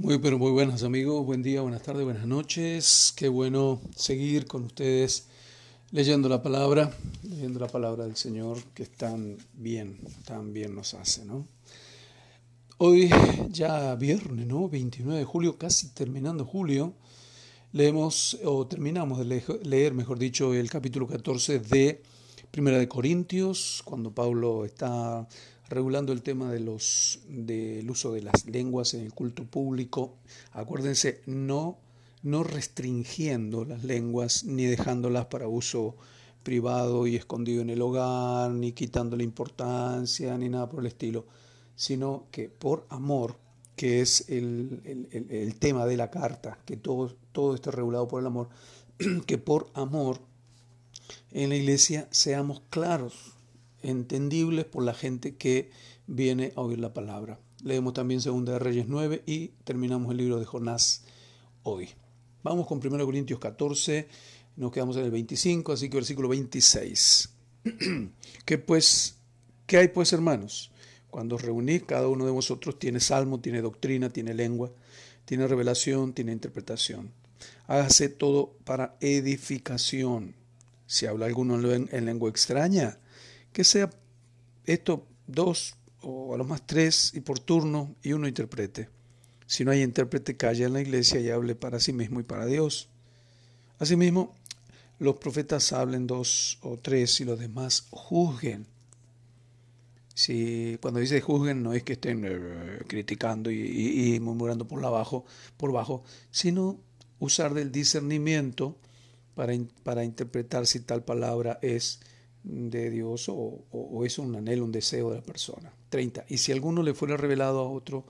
Pero muy buenas amigos, buen día, buenas tardes, buenas noches. Qué bueno seguir con ustedes leyendo la palabra del Señor que tan bien nos hace, ¿no? Hoy ya viernes, ¿no? 29 de julio, casi terminando julio, terminamos de leer, mejor dicho, el capítulo 14 de Primera de Corintios, cuando Pablo está regulando el tema del uso de las lenguas en el culto público. Acuérdense, no restringiendo las lenguas ni dejándolas para uso privado y escondido en el hogar, ni quitándole importancia, ni nada por el estilo, sino que por amor, que es el tema de la carta, que todo esté regulado por el amor, que por amor en la iglesia seamos claros, entendibles por la gente que viene a oír la palabra. Leemos también 2 de Reyes 9 y terminamos el libro de Jonás hoy. Vamos con 1 Corintios 14, nos quedamos en el 25, así que versículo 26. ¿Qué hay pues, hermanos? Cuando os reunís, cada uno de vosotros tiene salmo, tiene doctrina, tiene lengua, tiene revelación, tiene interpretación. Hágase todo para edificación. Si habla alguno en lengua extraña, que sea esto 2 o a lo más 3 y por turno y uno interprete. Si no hay intérprete, calla en la iglesia y hable para sí mismo y para Dios. Asimismo, los profetas hablen 2 o 3 y los demás juzguen. Cuando dice juzguen no es que estén criticando y murmurando por bajo, sino usar del discernimiento para interpretar si tal palabra es de Dios o es un anhelo, un deseo de la persona. 30. Y si algo le fuera revelado a otro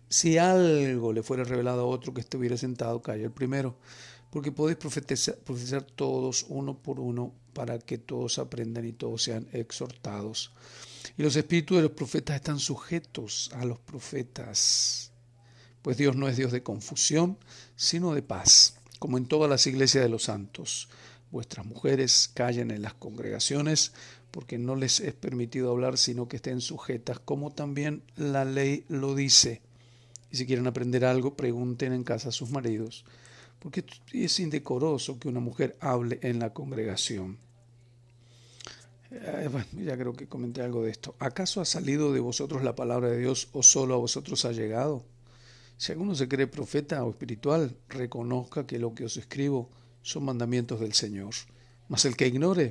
que estuviera sentado, calla el primero, porque podéis profetizar todos uno por uno para que todos aprendan y todos sean exhortados. Y los espíritus de los profetas están sujetos a los profetas, pues Dios no es Dios de confusión, sino de paz, como en todas las iglesias de los santos. Vuestras mujeres callen en las congregaciones, porque no les es permitido hablar, sino que estén sujetas, como también la ley lo dice. Y si quieren aprender algo, pregunten en casa a sus maridos, porque es indecoroso que una mujer hable en la congregación. Bueno, ya creo que comenté algo de esto. ¿Acaso ha salido de vosotros la palabra de Dios o solo a vosotros ha llegado? Si alguno se cree profeta o espiritual, reconozca que lo que os escribo son mandamientos del Señor. Mas el que ignore.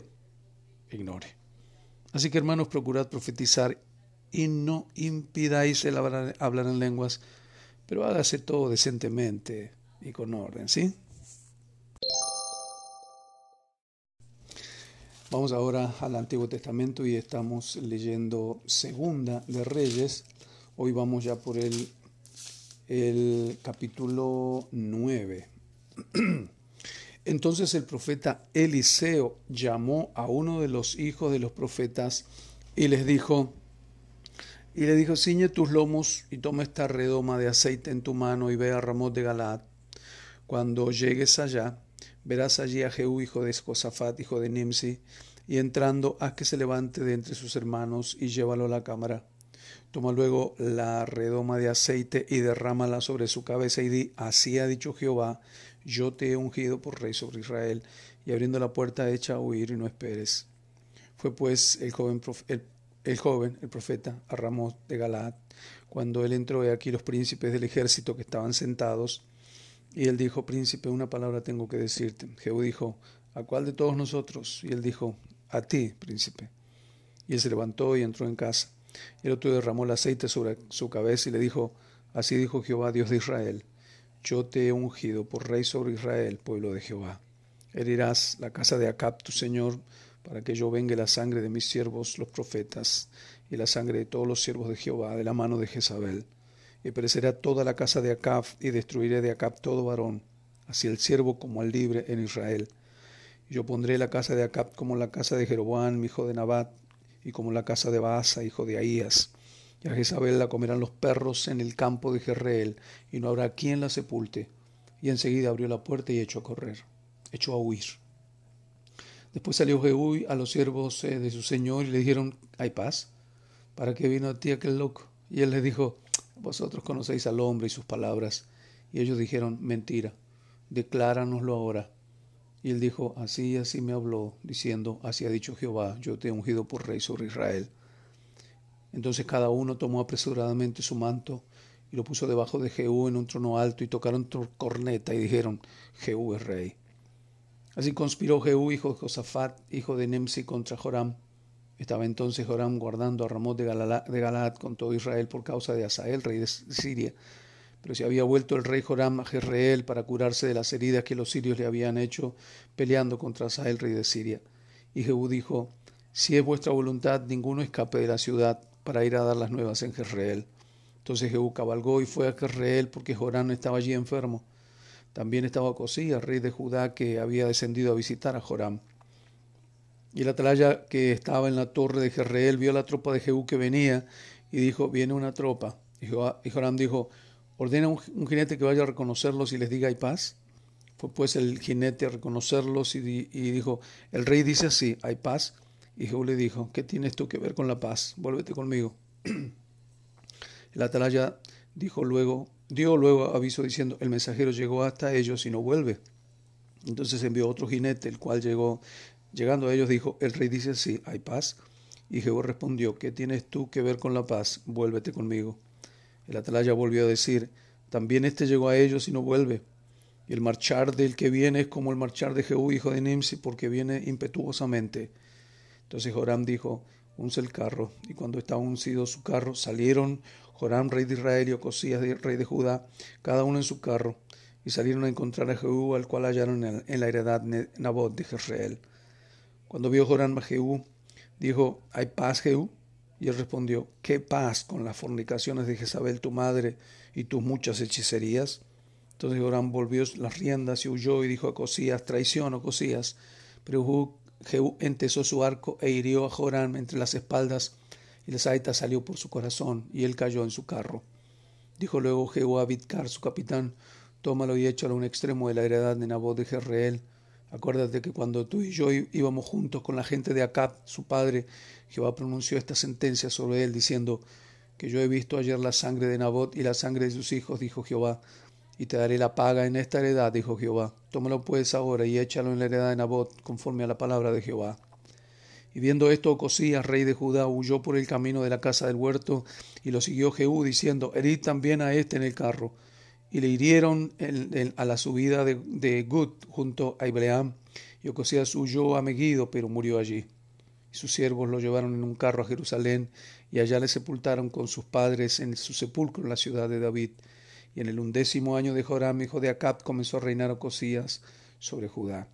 Así que, hermanos, procurad profetizar y no impidáis el hablar en lenguas, pero hágase todo decentemente y con orden, ¿sí? Vamos ahora al Antiguo Testamento y estamos leyendo Segunda de Reyes. Hoy vamos ya por el capítulo 9. Entonces el profeta Eliseo llamó a uno de los hijos de los profetas y le dijo, ciñe tus lomos y toma esta redoma de aceite en tu mano y ve a Ramot de Galaad. Cuando llegues allá, verás allí a Jehú, hijo de Josafat, hijo de Nimsi, y entrando, haz que se levante de entre sus hermanos y llévalo a la cámara. Toma luego la redoma de aceite y derrámala sobre su cabeza y di, así ha dicho Jehová, yo te he ungido por rey sobre Israel, y abriendo la puerta echa a huir y no esperes. Fue pues el joven, el profeta, a Ramot de Galaad. Cuando él entró, he aquí los príncipes del ejército que estaban sentados, y él dijo, príncipe, una palabra tengo que decirte. Jehú dijo, ¿a cuál de todos nosotros? Y él dijo, a ti, príncipe. Y él se levantó y entró en casa. El otro derramó el aceite sobre su cabeza y le dijo, así dijo Jehová, Dios de Israel, yo te he ungido por rey sobre Israel, pueblo de Jehová. Herirás la casa de Acab, tu señor, para que yo vengue la sangre de mis siervos, los profetas, y la sangre de todos los siervos de Jehová, de la mano de Jezabel. Y perecerá toda la casa de Acab, y destruiré de Acab todo varón, así el siervo como el libre en Israel. Y yo pondré la casa de Acab como la casa de Jeroboam, hijo de Nabat, y como la casa de Baasa, hijo de Ahías. Y a Jezabel la comerán los perros en el campo de Jezreel, y no habrá quien la sepulte. Y enseguida abrió la puerta y echó a huir. Después salió Jehú a los siervos de su señor y le dijeron, ¿hay paz? ¿Para qué vino a ti aquel loco? Y él les dijo, vosotros conocéis al hombre y sus palabras, Y ellos dijeron, mentira, decláranoslo ahora. Y él dijo, así y así me habló, diciendo, así ha dicho Jehová, yo te he ungido por rey sobre Israel. Entonces cada uno tomó apresuradamente su manto y lo puso debajo de Jehú en un trono alto, y tocaron corneta y dijeron, Jehú es rey. Así conspiró Jehú, hijo de Josafat, hijo de Nimsi, contra Joram. Estaba entonces Joram guardando a Ramot de Galaad con todo Israel por causa de Hazael, rey de Siria. Pero se había vuelto el rey Joram a Jezreel para curarse de las heridas que los sirios le habían hecho peleando contra Hazael, rey de Siria. Y Jehú dijo, si es vuestra voluntad, ninguno escape de la ciudad para ir a dar las nuevas en Jezreel. Entonces Jehú cabalgó y fue a Jezreel porque Joram estaba allí enfermo. También estaba Ocosías, rey de Judá, que había descendido a visitar a Joram. Y el atalaya que estaba en la torre de Jezreel vio la tropa de Jehú que venía y dijo, viene una tropa. Y Joram dijo, ordena un jinete que vaya a reconocerlos y les diga, ¿hay paz? Fue pues el jinete a reconocerlos y dijo, el rey dice así, ¿hay paz? Y Jehú le dijo, ¿qué tienes tú que ver con la paz? Vuélvete conmigo. El atalaya dio luego aviso diciendo, el mensajero llegó hasta ellos y no vuelve. Entonces envió otro jinete, el cual llegando a ellos dijo, el rey dice así, ¿hay paz? Y Jehú respondió, ¿qué tienes tú que ver con la paz? Vuélvete conmigo. El atalaya volvió a decir, también este llegó a ellos y no vuelve. Y el marchar del que viene es como el marchar de Jehú, hijo de Nimsi, porque viene impetuosamente. Entonces Joram dijo, unce el carro. Y cuando estaba uncido su carro, salieron Joram, rey de Israel, y Ocosías, rey de Judá, cada uno en su carro. Y salieron a encontrar a Jehú, al cual hallaron en la heredad Nabot de Jezreel. Cuando vio Joram a Jehú, dijo, ¿hay paz, Jehú? Y él respondió, ¿qué paz con las fornicaciones de Jezabel tu madre y tus muchas hechicerías? Entonces Joram volvió las riendas y huyó y dijo a Ocosías, traición, Ocosías. Pero Jehú entesó su arco e hirió a Joram entre las espaldas, y la saeta salió por su corazón, y él cayó en su carro. Dijo luego Jehú a Bidkar, su capitán, tómalo y échalo a un extremo de la heredad de Nabot de Jezreel. Acuérdate que cuando tú y yo íbamos juntos con la gente de Acab, su padre, Jehová pronunció esta sentencia sobre él, diciendo, que yo he visto ayer la sangre de Nabot y la sangre de sus hijos, dijo Jehová, y te daré la paga en esta heredad, dijo Jehová. Tómalo pues ahora y échalo en la heredad de Nabot, conforme a la palabra de Jehová. Y viendo esto, Ocosías, rey de Judá, huyó por el camino de la casa del huerto, y lo siguió Jehú, diciendo, herid también a este en el carro. Y le hirieron a la subida de Gut, junto a Ibleam, y Ocosías huyó a Megiddo, pero murió allí. Y sus siervos lo llevaron en un carro a Jerusalén, y allá le sepultaron con sus padres en su sepulcro en la ciudad de David. Y en el 11º año de Joram, hijo de Acab, comenzó a reinar Ocosías sobre Judá.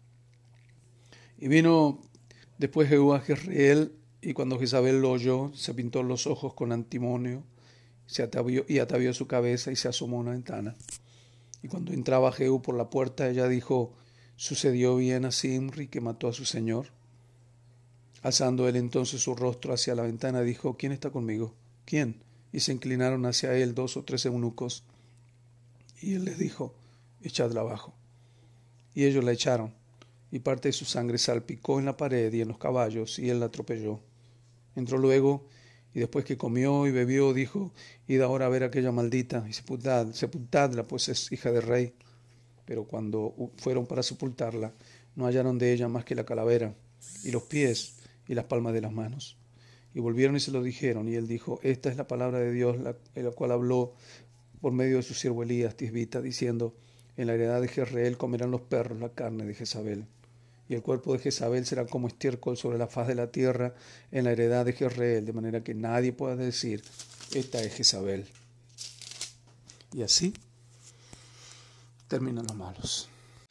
Y vino después Jehú a Jezreel, y cuando Jezabel lo oyó, se pintó los ojos con antimonio, atavió su cabeza y se asomó a una ventana. Y cuando entraba Jehú por la puerta, ella dijo, ¿sucedió bien a Simri que mató a su señor? Alzando él entonces su rostro hacia la ventana, dijo, ¿quién está conmigo? ¿Quién? Y se inclinaron hacia él 2 o 3 eunucos. Y él les dijo, echadla abajo. Y ellos la echaron, y parte de su sangre salpicó en la pared y en los caballos, y él la atropelló. Entró luego, y después que comió y bebió, dijo, id ahora a ver a aquella maldita, y sepultadla, pues es hija de rey. Pero cuando fueron para sepultarla, no hallaron de ella más que la calavera, y los pies, y las palmas de las manos. Y volvieron y se lo dijeron, y él dijo, esta es la palabra de Dios, la cual habló por medio de su siervo Elías Tisbita, diciendo, en la heredad de Jezreel comerán los perros la carne de Jezabel. Y el cuerpo de Jezabel será como estiércol sobre la faz de la tierra en la heredad de Jezreel, de manera que nadie pueda decir, esta es Jezabel. Y así terminan los malos.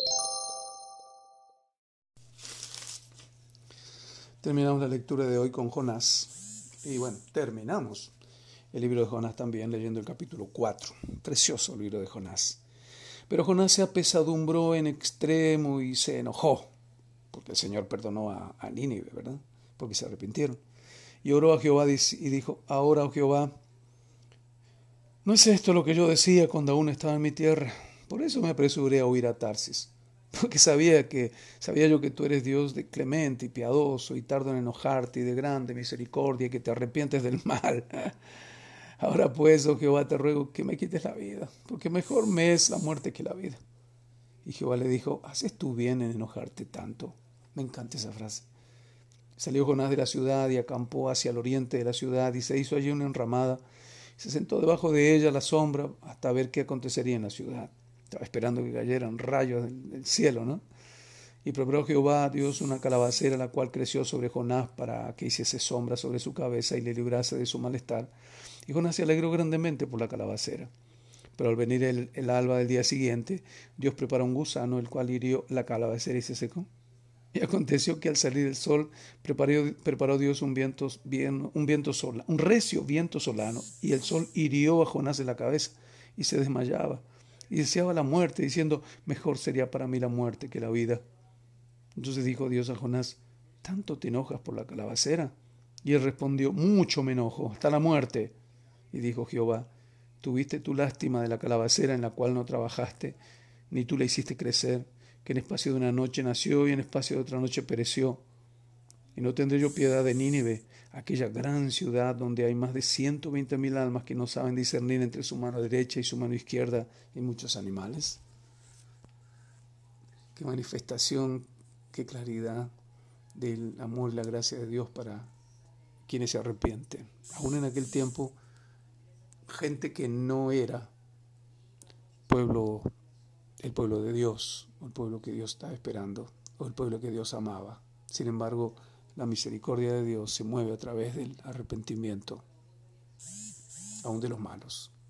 Terminamos la lectura de hoy con Jonás. Y bueno, terminamos el libro de Jonás también leyendo el capítulo 4. Precioso libro de Jonás. Pero Jonás se apesadumbró en extremo y se enojó, porque el Señor perdonó a Nínive, ¿verdad? Porque se arrepintieron. Y oró a Jehová y dijo, ahora, oh Jehová, ¿no es esto lo que yo decía cuando aún estaba en mi tierra? Por eso me apresuré a huir a Tarsis, porque sabía yo que tú eres Dios de clemente y piadoso y tardo en enojarte y de grande misericordia y que te arrepientes del mal. Ahora pues, oh Jehová, te ruego que me quites la vida, porque mejor me es la muerte que la vida. Y Jehová le dijo, ¿haces tú bien en enojarte tanto? Me encanta esa frase. Salió Jonás de la ciudad y acampó hacia el oriente de la ciudad y se hizo allí una enramada. Se sentó debajo de ella a la sombra hasta ver qué acontecería en la ciudad. Estaba esperando que cayeran rayos del cielo, ¿no? Y preparó Jehová Dios una calabacera, la cual creció sobre Jonás para que hiciese sombra sobre su cabeza y le librase de su malestar. Y Jonás se alegró grandemente por la calabacera. Pero al venir el alba del día siguiente, Dios preparó un gusano, el cual hirió la calabacera y se secó. Y aconteció que al salir el sol, preparó Dios un recio viento solano, y el sol hirió a Jonás en la cabeza, y se desmayaba, y deseaba la muerte, diciendo, mejor sería para mí la muerte que la vida. Entonces dijo Dios a Jonás, ¿tanto te enojas por la calabacera? Y él respondió, mucho me enojo, hasta la muerte. Y dijo Jehová, tuviste tu lástima de la calabacera en la cual no trabajaste, ni tú la hiciste crecer, que en espacio de una noche nació y en espacio de otra noche pereció. Y no tendré yo piedad de Nínive, aquella gran ciudad donde hay más de 120,000 almas que no saben discernir entre su mano derecha y su mano izquierda y muchos animales. Qué manifestación, qué claridad del amor y la gracia de Dios para quienes se arrepienten. Aún en aquel tiempo, gente que no era pueblo, el pueblo de Dios, o el pueblo que Dios estaba esperando, o el pueblo que Dios amaba. Sin embargo, la misericordia de Dios se mueve a través del arrepentimiento, aún de los malos.